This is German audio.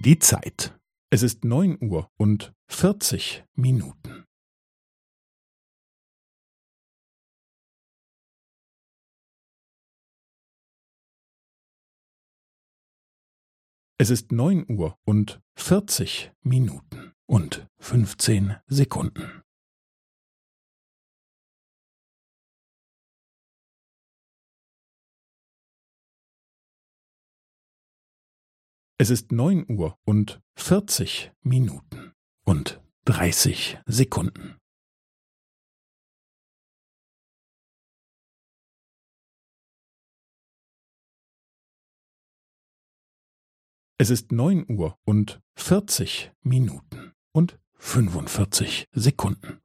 Die Zeit. Es ist 9:40. Es ist 9:40 und 15 Sekunden. Es ist 9:40 und 30 Sekunden. Es ist 9:40 und 45 Sekunden.